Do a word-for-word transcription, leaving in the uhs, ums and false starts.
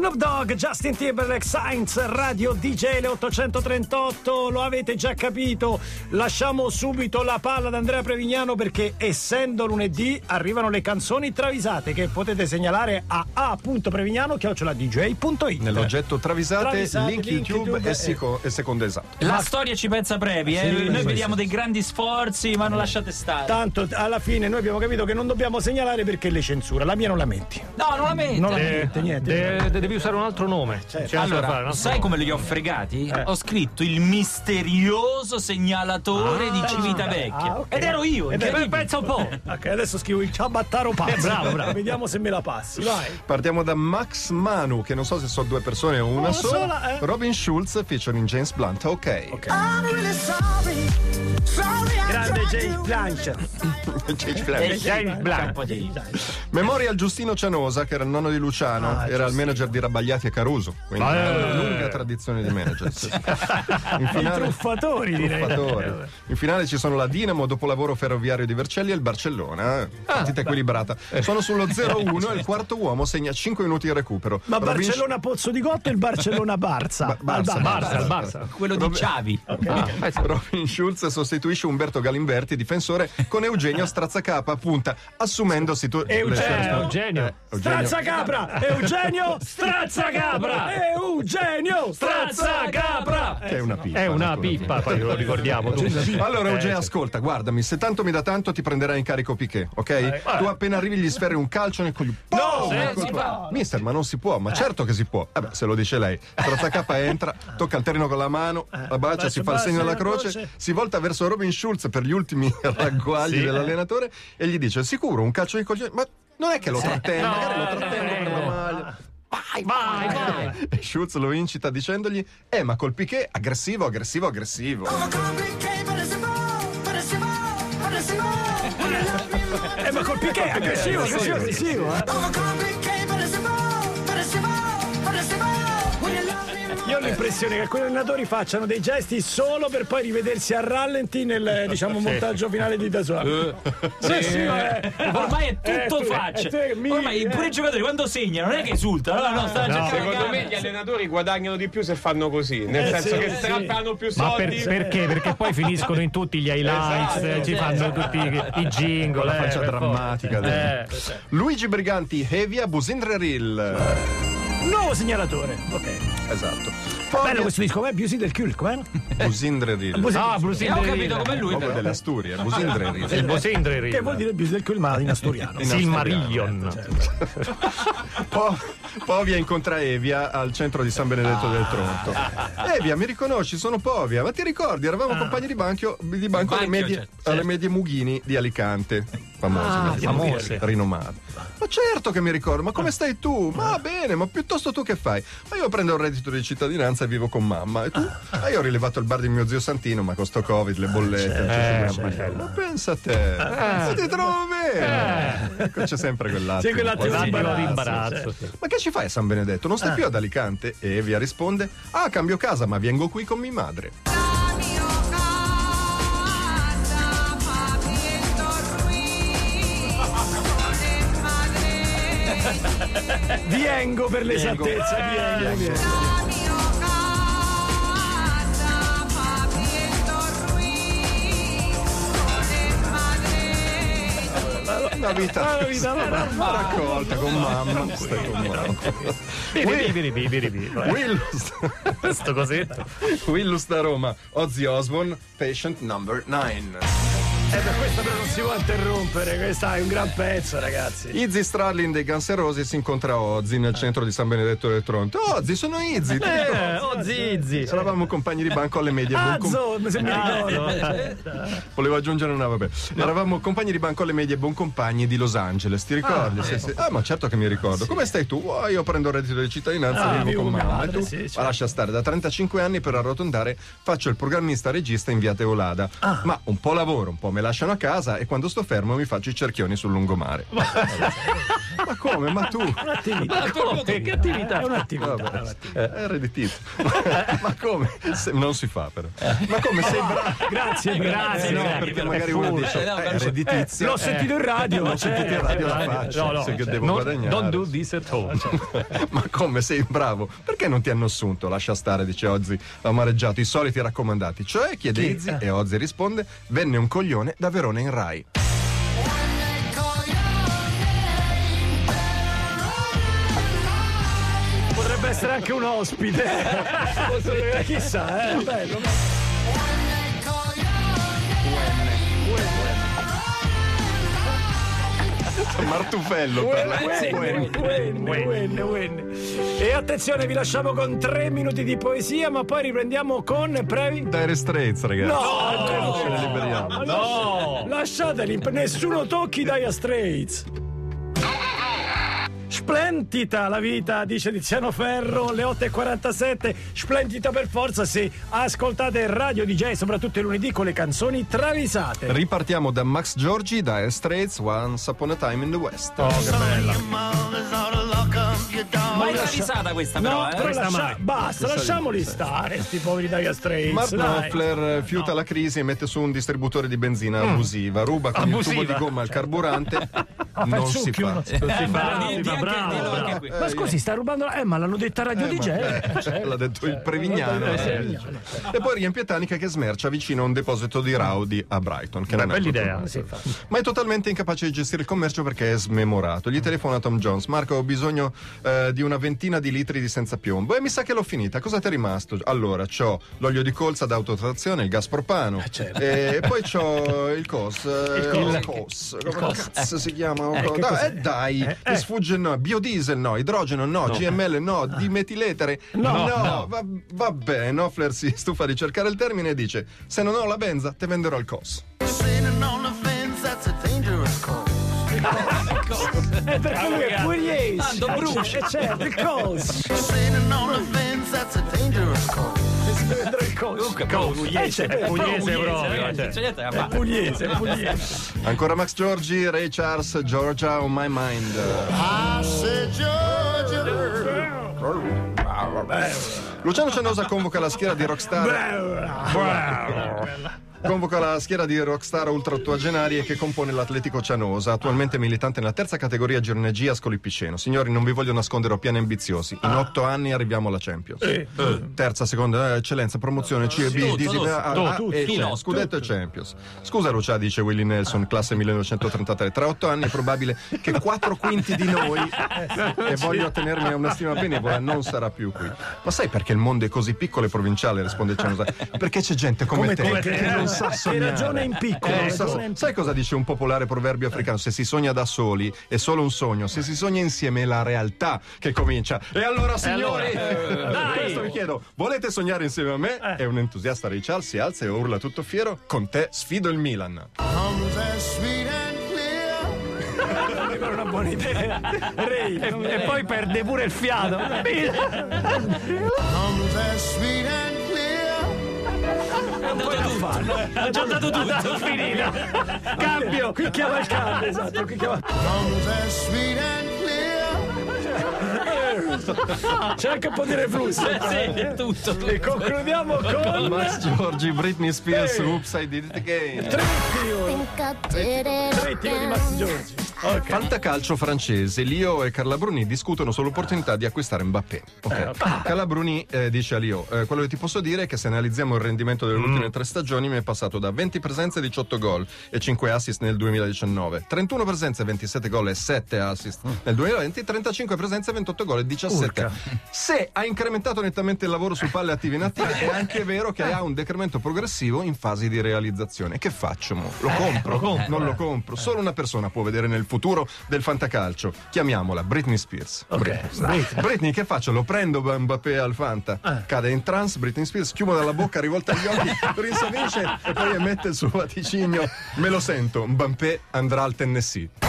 Snoop Dogg, Justin Timberlake, Sainz, Radio D J, le ottocentotrentotto, lo avete già capito, lasciamo subito la palla ad Andrea Prevignano perché essendo lunedì arrivano le canzoni travisate che potete segnalare a a punto prevignano chiocciola d j punto it. Nell'oggetto travisate, Travisate, link, link YouTube, YouTube e, seco- e secondo esatto. La storia ci pensa Previ, eh? Sì, noi sì, vediamo sì. dei grandi sforzi, ma non lasciate stare. Tanto alla fine noi abbiamo capito che non dobbiamo segnalare perché le censura, la mia non la metti. No, non la metti. Non la Eh, mette, niente. de- de- devi usare un altro nome. Certo. C'è altro da fare, un Allora, altro sai nome. come li ho fregati? Eh. Ho scritto il misterioso segnalatore Ah, di Civitavecchia. ah, ok. Ed ero io, Ed è- incredibile. Pensa un po'. Ok, adesso scrivo il ciabattaro pazzo. Eh, bravo, bravo. Vediamo se me la passi, vai. Partiamo da Max Manu, che non so se sono due persone o una Una sola. sola, eh. Robin Schulz featuring James Blunt. Ok. Grande Jay Blanche. James Eh, Blunt. James Blunt. Memorial Giustino Cianosa, che era il nonno di Luciano, Ah, era il Giustino. manager di Rabbagliati e Caruso. Quindi Eh. una lunga tradizione di manager. Sì, sì. In I finale, truffatori, direi. truffatori. In finale ci sono la Dinamo, dopolavoro ferroviario di Vercelli e il Barcellona. eh. Partita equilibrata. Sono sullo zero uno e il quarto uomo segna cinque minuti in recupero. Ma Robin Barcellona Pozzo di Gotto e il Barcellona Barça. Ba- Barça, Al Barça, il Barça. Quello di Rob- Xavi. Ah, pensa. Robin Schulz sostituisce Umberto Galimberti, difensore, con Eugenio Strazzacapa, punta, assumendosi tu- le sue Eugenio. risposte. Eugenio. Eh, Eugenio. Strazzacapra! Eugenio Strazzacapra! Eugenio Strazzacapra! Che è una pippa. È una naturalmente. pippa, poi lo ricordiamo tutti. Allora, Eh, Eugenio, sì. ascolta, guardami, se tanto mi dà tanto ti prenderai in carico Piqué, ok? Tu appena arrivi gli sferri un calcio nel coglione. No, Boom! eh, Ecco si qua. fa. Mister, ma non si può, ma certo che si può. Vabbè, se lo dice lei. Strazzacapa entra, tocca il terreno con la mano, la bacia, si fa il segno della croce, si volta verso Robin Schulz per gli ultimi ragguagli Sì. dell'allenatore e gli dice: sicuro, un calcio di coglione? Ma non è che lo trattengo, magari lo trattengo per la maglia. Vai, vai. E Schulz lo incita dicendogli: Eh, ma col Piqué aggressivo, aggressivo, aggressivo. Eh, ma col Piqué, aggressivo, aggressivo, aggressivo. eh. Io ho l'impressione che alcuni allenatori facciano dei gesti solo per poi rivedersi a rallenti nel diciamo montaggio finale di Dazone. Sì, sì, eh. Ormai è tutto Eh, tu- faccia. eh, tu- mi- Ormai pure i giocatori quando segnano non è che esultano, no, no, stanno No. giocando. Secondo me gli allenatori guadagnano di più se fanno così, nel Eh, senso sì, che sì. strappano più Ma per- soldi. perché? Perché poi finiscono in tutti gli highlights, Esatto, eh, ci fanno tutti i, i jingle. Con la eh, faccia per drammatica. forza. del- Eh, Luigi Briganti, Hevia Busindreril. Nuovo segnalatore. Ok. Esatto. Bello questo disco, com'è? Beauty del Cult, com'è? Busindreril. Ah, Blues E ho capito come lui, Proprio però. delle Asturie, Busindreril. Il Bosindri. Che vuol dire Beauty del Cult, ma in asturiano. In Silmarillion. Po- Povia incontra Evia al centro di San Benedetto del Tronto. Evia, mi riconosci? Sono Povia. Ma ti ricordi? Eravamo compagni di, banchio, di banco alle Banchio, medie, cioè, alle medie Mughini di Alicante. Famose, Ah, medie famose. Mughini, rinomate. Ma certo che mi ricordo, ma come stai tu? Ma bene, ma piuttosto tu che fai? Ma io prendo il reddito di cittadinanza e vivo con mamma. E tu? Ah, io ho rilevato il bar di mio zio Santino, ma con sto Covid, le bollette. non c'è Eh, più- certo. ma pensa a te, ma ti trovo bene. Ecco, c'è sempre quell'attimo. Sì, quell'attimo un po' di di- L'attimo di imbarazzo, imbarazzo. sì. Ma che ci fai a San Benedetto? Non stai più ad Alicante? E Evia risponde: Ah, cambio casa, ma vengo qui con mia madre. Viengo per l'esattezza, viengo, viengo. Una vita, Una vita una raccolta con mamma. Stai con mamma. Biri, biri, biri, biri, biri. Willus, Questo cosetto. Willus da Roma, Ozzy Osbourne, Patient number nine. Eh, per questo però non si può interrompere, questo è un gran pezzo, ragazzi. Izzy Stradlin dei Guns N' Roses incontra Ozzy nel centro di San Benedetto del Tronto. Ozzy, sono Izzy. ti Eh, ricordi? oh zizi. Eravamo compagni di banco alle medie. buon com- Azzo, se mi ricordo. Volevo aggiungere una, vabbè. Eravamo compagni di banco alle medie, buon compagni di Los Angeles. Ti ricordi? Sì, sì. Ah, ma certo che mi ricordo. Come stai tu? Oh, io prendo il reddito di cittadinanza Ah, e vivo vivo con con mia mamma. madre, E tu? sì, certo. Ma lascia stare, da trentacinque anni per arrotondare faccio il programmista regista in via Teolada. Ma un po' lavoro, un po' me lasciano a casa e quando sto fermo mi faccio i cerchioni sul lungomare. Ma come? Ma tu? Un'attività. Ma come? Che attività? È un'attività. Vabbè, è un'attività. è redditizio. Ma come? Se- non si fa però. Ma come sei bravo? Grazie, grazie. No, grazie, perché però magari è uno furbo. dice Eh, no, eh, però- redditizio. L'ho sentito in radio. L'ho sentito in radio la faccia. No, no, se che cioè, devo non- guadagnare. Don't do this at home. Ma come sei bravo? Perché non ti hanno assunto? Lascia stare, dice Ozzy amareggiato. I soliti raccomandati. Cioè, chiede Izzy e Ozzy risponde: venne un coglione da Verona in Rai. Potrebbe essere anche un ospite. Chissà, eh. Bello. Martufello per la Wenne, wenne, wenne, wenne. E attenzione, vi lasciamo con tre minuti di poesia, ma poi riprendiamo con Previ. Dire Straits, ragazzi. No, non ce ne liberiamo. no, lasciateli, nessuno tocchi Dire Straits. Splendida la vita, dice Tiziano Ferro, le otto e quarantasette, splendida per forza se ascoltate Radio D J, soprattutto il lunedì con le canzoni travisate. Ripartiamo da Max Giorgi, Dire Straits, Once Upon a Time in the West. Oh, che bella. Ma è travisata questa No, però, eh? però Questa lascia- mai. basta, lasciamoli stare, sti poveri Dire Straits. Mark dai. Knopfler fiuta la crisi e mette su un distributore di benzina abusiva, ruba con il Abusiva. tubo di gomma al carburante, fa il non si succhio, fa. no? Non si Eh, fa, ma si di- fa, di anche- bravo, dillo anche bravo. qui. Ma scusi, sta rubando la... Eh, ma l'hanno detta Radio D J. Eh, Eh, L'ha detto il Prevignano. Eh, E poi riempie Tanica che smercia vicino a un deposito di Raudi a Brighton. Che Beh, non è bella idea. proprio- sì, fa. Ma è totalmente incapace di gestire il commercio perché è smemorato. Gli telefona Tom Jones: Marco, ho bisogno eh, di una ventina di litri di senza piombo. E mi sa che l'ho finita. Cosa ti è rimasto? Allora, c'ho l'olio di colza da autotrazione, il gas propano. E poi c'ho il cos. eh, Il cos. Come cazzo si chiama? che Dai, cos'è? eh, dai, Eh, mi eh. sfugge il no. Biodiesel no, idrogeno no, G M L no, dimetiletere no. no. Va, vabbè, Knopfler si stufa di cercare il termine e dice: se non ho la benza, te venderò il cos. Eh, perché lui è pugliese. Tanto brucia. Eh, certo, il cos. Dentro il cos. Comunque, Eh, pugliese. certo, È pugliese Pugliese, proprio, ragazzi, cioè. non c'è niente da È fare. pugliese, è pugliese. Ancora Max Giorgi, Ray Charles, Georgia on my mind. Luciano Cianosa convoca la schiera di rockstar. Convoca la schiera di rockstar ultra ottuagenarie che compone l'Atletico Cianosa, attualmente militante nella terza categoria Girone Ascoli Piceno. Signori, non vi voglio nascondere, ho piani ambiziosi. In otto anni arriviamo alla Champions. Terza, seconda, eh, eccellenza, promozione, C B, Tutto, D, D, tutto, A, A, tutto, e tutto, C, tutto. Scudetto e Champions. Scusa Lucia, dice Willie Nelson, classe millenovecentotrentatré. Tra otto anni è probabile che quattro quinti di noi, e voglio tenermi a una stima benevola, non sarà più qui. Ma sai perché il mondo è così piccolo e provinciale? Risponde Cianosa. Perché c'è gente come, te, Come che te, non eh, sa che sognare. ragiona in piccolo, Eh, sa- ragiona in sai cosa dice un popolare proverbio africano? Se si sogna da soli è solo un sogno, se si sogna insieme è la realtà che comincia. E allora signori, allora, eh, dai. questo vi chiedo, volete sognare insieme a me? E un entusiasta Ray Charles si alza e urla tutto fiero: con te sfido il Milan. Mi pare una buona idea. Ray, E, e poi perde pure il fiato. Ha già dato tutto. Finita. Cambio. qui chiama il cambio, esatto, qui chiama. C'è anche un po' di reflusso. Eh, sì, è tutto. E concludiamo con Max Giorgi, Britney Spears, Oops, I Did It Again. tre tiro di Max Giorgi. Ok. Fantacalcio francese, Lio e Carla Bruni discutono sull'opportunità di acquistare Mbappé. Ok. Carla Bruni eh, dice a Lio: eh, quello che ti posso dire è che se analizziamo il rendimento delle ultime tre stagioni mi è passato da venti presenze, diciotto gol e cinque assist nel duemiladiciannove, trentuno presenze, ventisette gol e sette assist nel duemilaventi, trentacinque presenze, ventotto gol e diciassette. Se ha incrementato nettamente il lavoro su palle attive e inattive, è anche vero che ha un decremento progressivo in fasi di realizzazione. Che faccio? mo? Lo compro? Non lo compro. Solo una persona può vedere nel futuro del fantacalcio. Chiamiamola Britney Spears. Britney. Britney, che faccio? Lo prendo Mbappé al Fanta, cade in trance, Britney Spears, schiuma dalla bocca, rivolta agli occhi, rinsavisce e poi emette il suo vaticinio: me lo sento, Mbappé andrà al Tennessee.